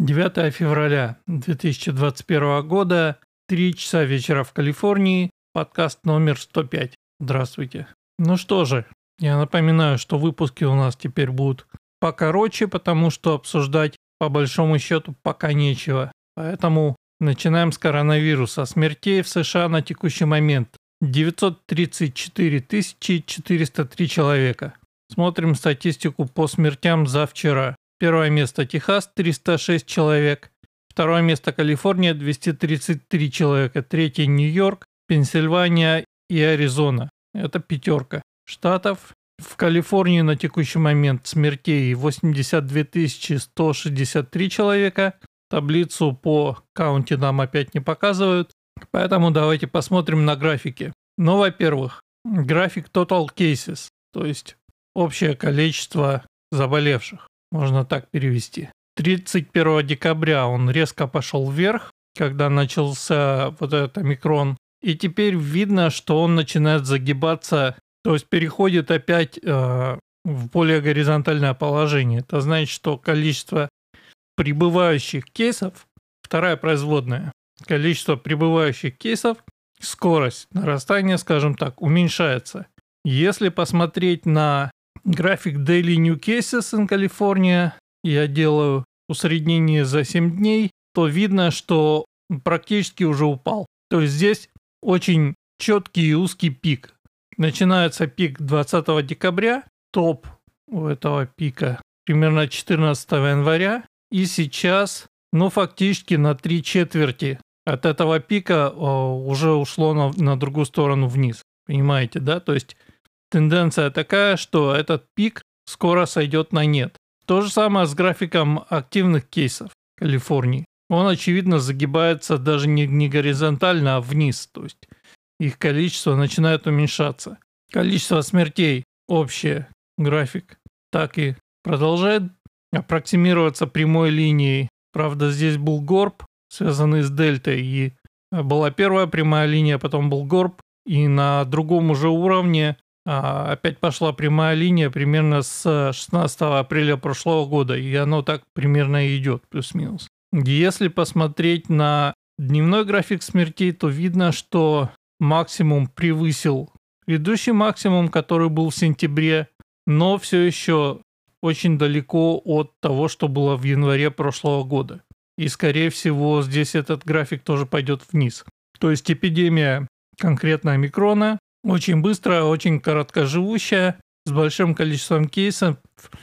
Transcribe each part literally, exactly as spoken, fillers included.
девятое февраля две тысячи двадцать первого года, три часа вечера в Калифорнии, подкаст номер сто пять. Здравствуйте. Ну что же, я напоминаю, что выпуски у нас теперь будут покороче, потому что обсуждать по большому счету пока нечего. Поэтому начинаем с коронавируса. Смертей в США на текущий момент девятьсот тридцать четыре тысячи четыреста три человека. Смотрим статистику по смертям за вчера. Первое место Техас, триста шесть человек. Второе место Калифорния, двести тридцать три человека. Третье Нью-Йорк, Пенсильвания и Аризона. Это пятерка штатов. В Калифорнии на текущий момент смертей восемьдесят две тысячи сто шестьдесят три человека. Таблицу по каунти нам опять не показывают. Поэтому давайте посмотрим на графики. Ну, во-первых, график Total Cases, то есть общее количество заболевших. Можно так перевести. тридцать первого декабря он резко пошел вверх, когда начался вот этот омикрон. И теперь видно, что он начинает загибаться, то есть переходит опять э, в более горизонтальное положение. Это значит, что количество прибывающих кейсов, вторая производная, количество прибывающих кейсов, скорость нарастания, скажем так, уменьшается. Если посмотреть на график Daily New Cases in California, я делаю усреднение за семь дней, то видно, что практически уже упал. То есть здесь очень четкий и узкий пик. Начинается пик двадцатого декабря, топ у этого пика примерно четырнадцатого января, и сейчас, ну, фактически на три четверти от этого пика о, уже ушло на, на другую сторону вниз. Понимаете, да? То есть тенденция такая, что этот пик скоро сойдет на нет. То же самое с графиком активных кейсов в Калифорнии. Он, очевидно, загибается даже не, не горизонтально, а вниз. То есть их количество начинает уменьшаться. Количество смертей, общее, график, так и продолжает аппроксимироваться прямой линией. Правда, здесь был горб, связанный с дельтой, и была первая прямая линия, потом был горб, и на другом уже уровне а, опять пошла прямая линия примерно с шестнадцатого апреля прошлого года, и оно так примерно и идет, плюс-минус. Если посмотреть на дневной график смертей, то видно, что максимум превысил предыдущий максимум, который был в сентябре, но все еще очень далеко от того, что было в январе прошлого года. И, скорее всего, здесь этот график тоже пойдет вниз. То есть эпидемия конкретно омикрона очень быстрая, очень короткоживущая, с большим количеством кейсов,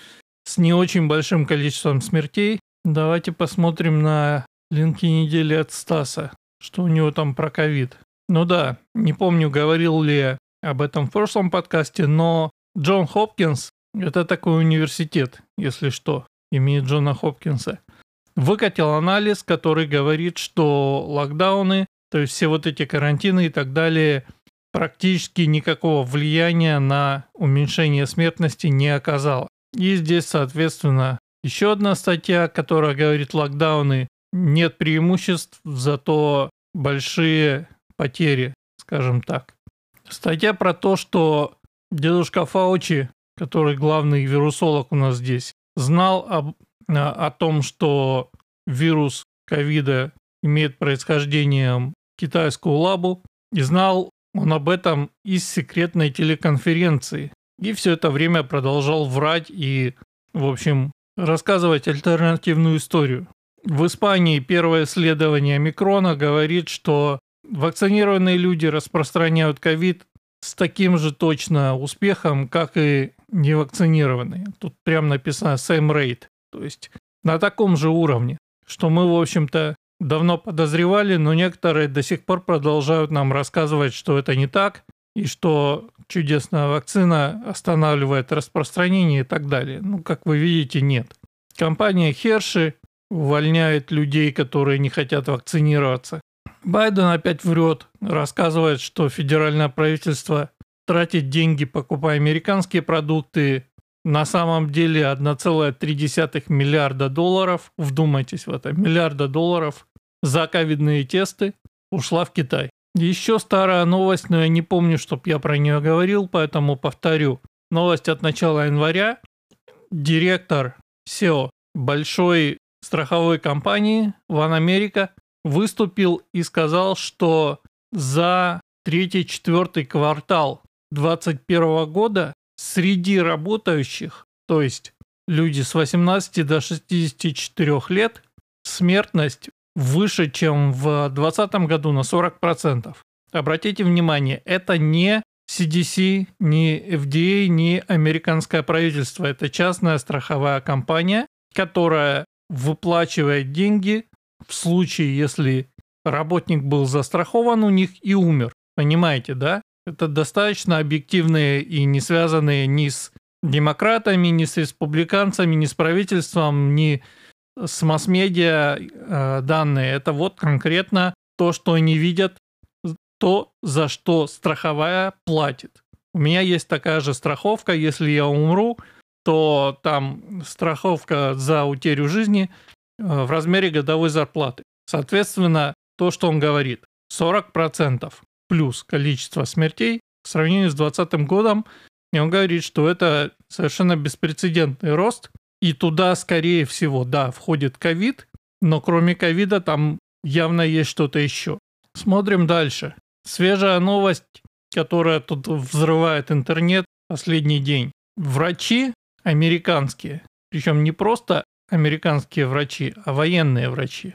с не очень большим количеством смертей. Давайте посмотрим на линки недели от Стаса, что у него там про ковид. Ну да, не помню, говорил ли я об этом в прошлом подкасте, но Джон Хопкинс, это такой университет, если что, имеет Джона Хопкинса, выкатил анализ, который говорит, что локдауны, то есть все вот эти карантины и так далее, практически никакого влияния на уменьшение смертности не оказало. И здесь, соответственно, еще одна статья, которая говорит, локдауны нет преимуществ, зато большие потери, скажем так. Статья про то, что дедушка Фаучи, который главный вирусолог у нас здесь, знал об, о том, что вирус ковида имеет происхождение китайскую лабу, и знал он об этом из секретной телеконференции. И все это время продолжал врать и, в общем, рассказывать альтернативную историю. В Испании первое исследование омикрона говорит, что вакцинированные люди распространяют ковид с таким же точно успехом, как и невакцинированные. Тут прям написано same rate, то есть на таком же уровне, что мы, в общем-то, давно подозревали, но некоторые до сих пор продолжают нам рассказывать, что это не так, и что чудесная вакцина останавливает распространение и так далее. Ну, как вы видите, нет. Компания Hershey увольняет людей, которые не хотят вакцинироваться. Байден опять врет, рассказывает, что федеральное правительство тратит деньги, покупая американские продукты. На самом деле одна целая три десятых миллиарда долларов, вдумайтесь в это, миллиарда долларов за ковидные тесты ушла в Китай. Еще старая новость, но я не помню, чтоб я про нее говорил, поэтому повторю. Новость от начала января. Директор си и о большой страховой компании One America выступил и сказал, что за третий-четвертый квартал две тысячи двадцать первого года среди работающих, то есть люди с восемнадцати до шестидесяти четырёх лет, смертность выше, чем в две тысячи двадцатом году на сорок процентов. Обратите внимание, это не си ди си, не эф ди эй, не американское правительство. Это частная страховая компания, которая выплачивает деньги в случае, если работник был застрахован у них и умер. Понимаете, да? Это достаточно объективные и не связанные ни с демократами, ни с республиканцами, ни с правительством, ни с масс-медиа э, данные. Это вот конкретно то, что они видят, то, за что страховая платит. У меня есть такая же страховка. Если я умру, то там страховка за утерю жизни э, в размере годовой зарплаты. Соответственно, то, что он говорит, сорок процентов плюс количество смертей в сравнении с двадцатым годом, и он говорит, что это совершенно беспрецедентный рост, и туда, скорее всего, да, входит ковид, но кроме ковида там явно есть что-то еще. Смотрим дальше. Свежая новость, которая тут взрывает интернет последний день. Врачи американские, причем не просто американские врачи, а военные врачи,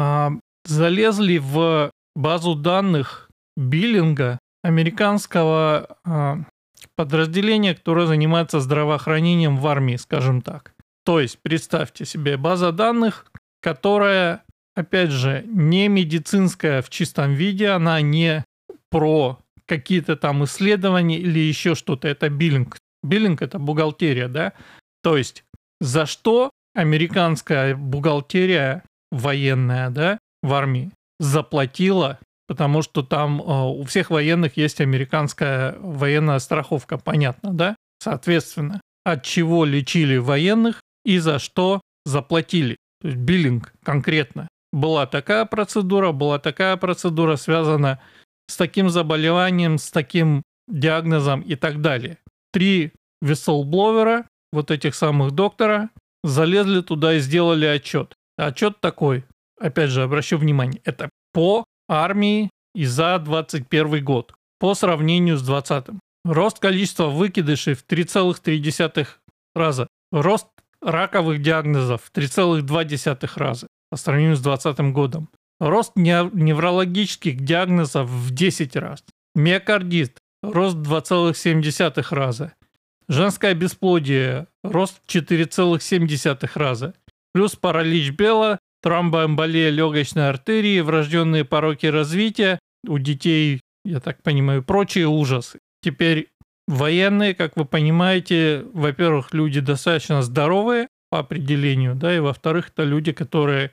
залезли в базу данных биллинга американского подразделения, которое занимается здравоохранением в армии, скажем так. То есть, представьте себе, база данных, которая, опять же, не медицинская в чистом виде, она не про какие-то там исследования или еще что-то, это биллинг. Биллинг – это бухгалтерия, да? То есть, за что американская бухгалтерия военная, да, в армии заплатила, потому что там э, у всех военных есть американская военная страховка, понятно, да? Соответственно, от чего лечили военных и за что заплатили. То есть биллинг конкретно. Была такая процедура, была такая процедура, связана с таким заболеванием, с таким диагнозом и так далее. Три вистлбловера, вот этих самых доктора, залезли туда и сделали отчет. Отчет такой, опять же, обращу внимание, это по армии и за двадцать первый год по сравнению с двадцатым. Рост количества выкидышей в три целых три десятых раза. Рост раковых диагнозов в три целых два десятых раза по сравнению с двадцатым годом. Рост неврологических диагнозов в десять раз. Миокардит – рост в два целых семь десятых раза. Женское бесплодие – рост в четыре целых семь десятых раза. Плюс паралич Белла, тромбоэмболия легочной артерии, врожденные пороки развития у детей, я так понимаю, прочие ужасы. Теперь военные, как вы понимаете, во-первых, люди достаточно здоровые по определению, да, и во-вторых, это люди, которые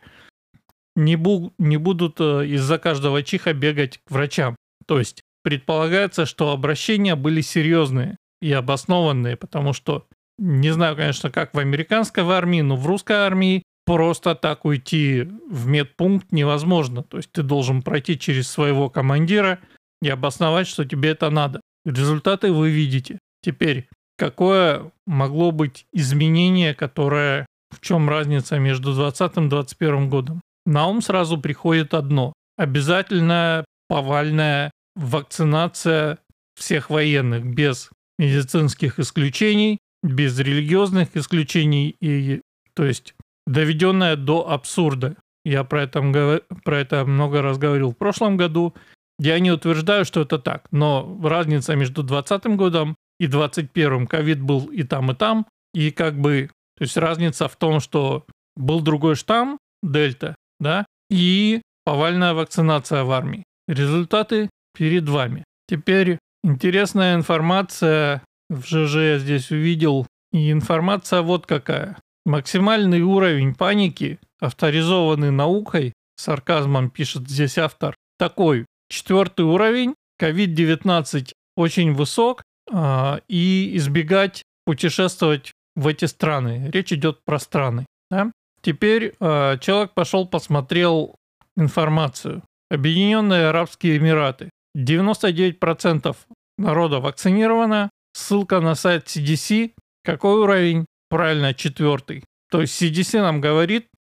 не, бу- не будут из-за каждого чиха бегать к врачам. То есть предполагается, что обращения были серьезные и обоснованные, потому что, не знаю, конечно, как в американской армии, но в русской армии просто так уйти в медпункт невозможно. То есть ты должен пройти через своего командира и обосновать, что тебе это надо. Результаты вы видите. Теперь, какое могло быть изменение, которое... В чем разница между двадцатым и двадцать первым годом? На ум сразу приходит одно. Обязательная повальная вакцинация всех военных без медицинских исключений, без религиозных исключений, и, то есть доведенная до абсурда. Я про это, про это много раз говорил в прошлом году. Я не утверждаю, что это так, но разница между двадцатым годом и двадцать первым, ковид был и там, и там, и как бы, то есть разница в том, что был другой штамм, дельта, да, и повальная вакцинация в армии. Результаты перед вами. Теперь интересная информация, в ЖЖ я здесь увидел, и информация вот какая. Максимальный уровень паники, авторизованный наукой, сарказмом пишет здесь автор, такой: четвертый уровень, ковид девятнадцать очень высок, э, и избегать путешествовать в эти страны. Речь идет про страны. Да? Теперь э, человек пошел, посмотрел информацию. Объединенные Арабские Эмираты. девяносто девять процентов народа вакцинировано. Ссылка на сайт си ди си. Какой уровень? Правильно, четвертый. То есть си ди си нам говорит,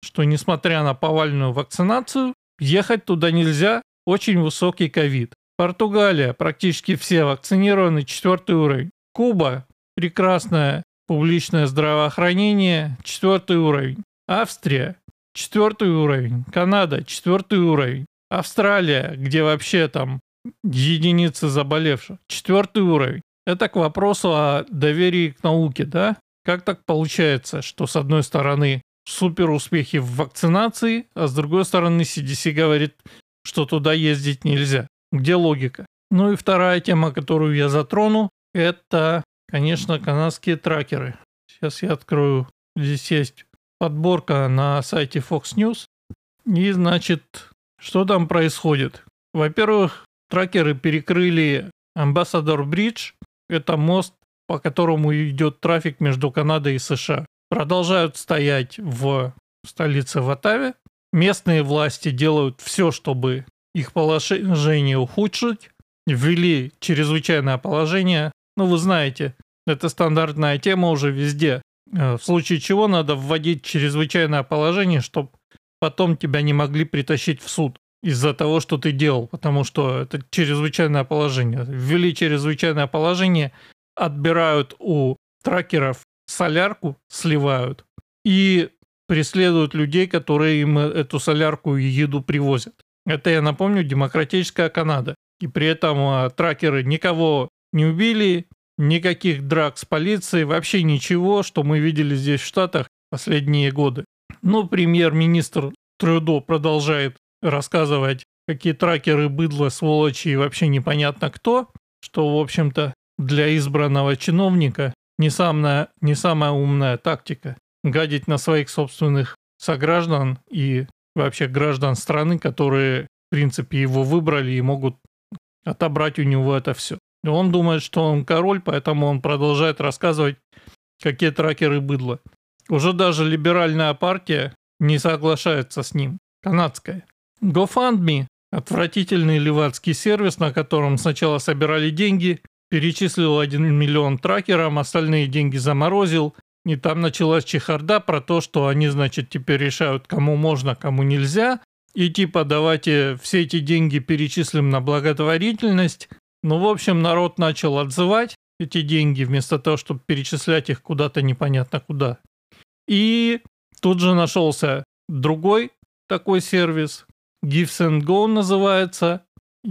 что несмотря на повальную вакцинацию, ехать туда нельзя, очень высокий ковид. Португалия, практически все вакцинированы, четвертый уровень. Куба, прекрасное публичное здравоохранение, четвертый уровень. Австрия, четвертый уровень. Канада, четвертый уровень. Австралия, где вообще там единицы заболевших, четвертый уровень. Это к вопросу о доверии к науке, да? Как так получается, что с одной стороны супер успехи в вакцинации, а с другой стороны си ди си говорит, что туда ездить нельзя? Где логика? Ну и вторая тема, которую я затрону, это, конечно, канадские тракеры. Сейчас я открою. Здесь есть подборка на сайте Fox News. И, значит, что там происходит? Во-первых, тракеры перекрыли Ambassador Bridge. Это мост, по которому идет трафик между Канадой и США. Продолжают стоять в столице в Оттаве. Местные власти делают все, чтобы их положение ухудшить. Ввели чрезвычайное положение. Ну, вы знаете, это стандартная тема уже везде. В случае чего надо вводить чрезвычайное положение, чтобы потом тебя не могли притащить в суд из-за того, что ты делал. Потому что это чрезвычайное положение. Ввели чрезвычайное положение, отбирают у тракеров солярку, сливают и преследуют людей, которые им эту солярку и еду привозят. Это, я напомню, демократическая Канада. И при этом а, тракеры никого не убили, никаких драк с полицией, вообще ничего, что мы видели здесь в Штатах последние годы. Ну, премьер-министр Трюдо продолжает рассказывать, какие тракеры быдло, сволочи и вообще непонятно кто, что, в общем-то, для избранного чиновника не самая, не самая умная тактика гадить на своих собственных сограждан и вообще граждан страны, которые, в принципе, его выбрали и могут отобрать у него это все. И он думает, что он король, поэтому он продолжает рассказывать, какие тракеры быдло. Уже даже либеральная партия не соглашается с ним, канадская. GoFundMe, отвратительный левацкий сервис, на котором сначала собирали деньги, перечислил один миллион тракерам, остальные деньги заморозил. И там началась чехарда про то, что они, значит, теперь решают, кому можно, кому нельзя. И типа давайте все эти деньги перечислим на благотворительность. Ну, в общем, народ начал отзывать эти деньги, вместо того, чтобы перечислять их куда-то непонятно куда. И тут же нашелся другой такой сервис, Gives and Go называется.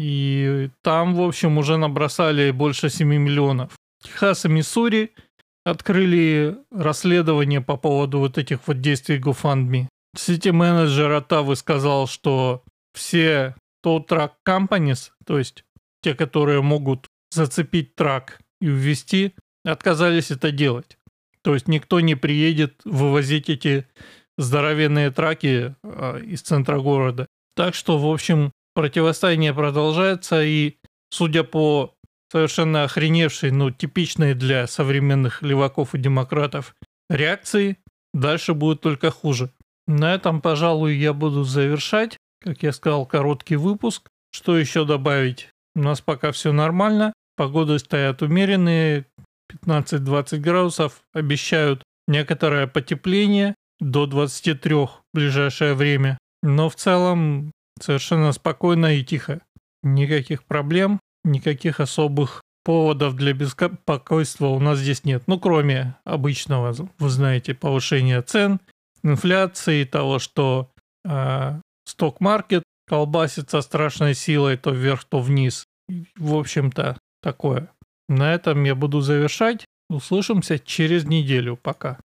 И там, в общем, уже набросали больше семи миллионов. Техас и Миссури открыли расследование по поводу вот этих вот действий GoFundMe. Сити-менеджер Оттавы сказал, что все tow truck companies, то есть те, которые могут зацепить трак и увезти, отказались это делать. То есть никто не приедет вывозить эти здоровенные траки э, из центра города. Так что, в общем, противостояние продолжается, и, судя по совершенно охреневшей, но типичной для современных леваков и демократов реакции, дальше будет только хуже. На этом, пожалуй, я буду завершать. Как я сказал, короткий выпуск. Что еще добавить? У нас пока все нормально. Погоды стоят умеренные, пятнадцать-двадцать градусов. Обещают некоторое потепление до двадцати трёх в ближайшее время. Но в целом совершенно спокойно и тихо. Никаких проблем, никаких особых поводов для беспокойства у нас здесь нет. Ну, кроме обычного, вы знаете, повышения цен, инфляции, того, что э, сток-маркет колбасится страшной силой то вверх, то вниз. В общем-то, такое. На этом я буду завершать. Услышимся через неделю. Пока.